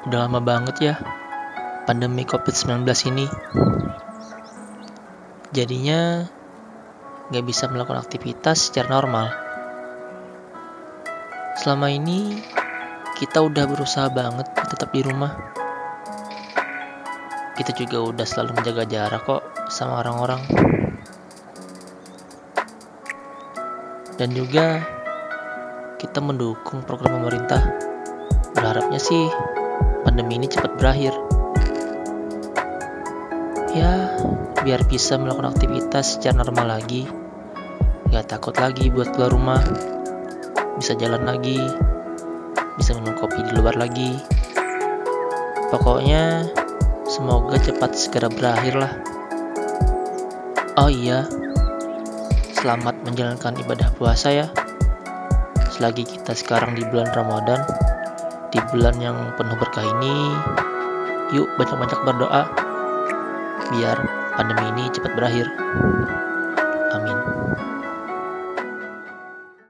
Udah lama banget ya pandemi COVID-19 ini. Jadinya gak bisa melakukan aktivitas secara normal. Selama ini kita udah berusaha banget tetap di rumah. Kita juga udah selalu menjaga jarak kok sama orang-orang. Dan juga kita mendukung program pemerintah. Berharapnya sih pandemi ini cepat berakhir. Ya, biar bisa melakukan aktivitas secara normal lagi. Gak takut lagi buat keluar rumah. Bisa jalan lagi. Bisa minum kopi di luar lagi. Pokoknya semoga cepat segera berakhir lah. Oh iya, selamat menjalankan ibadah puasa ya. Selagi kita sekarang di bulan Ramadan, di bulan yang penuh berkah ini, yuk banyak-banyak berdoa biar pandemi ini cepat berakhir. Amin.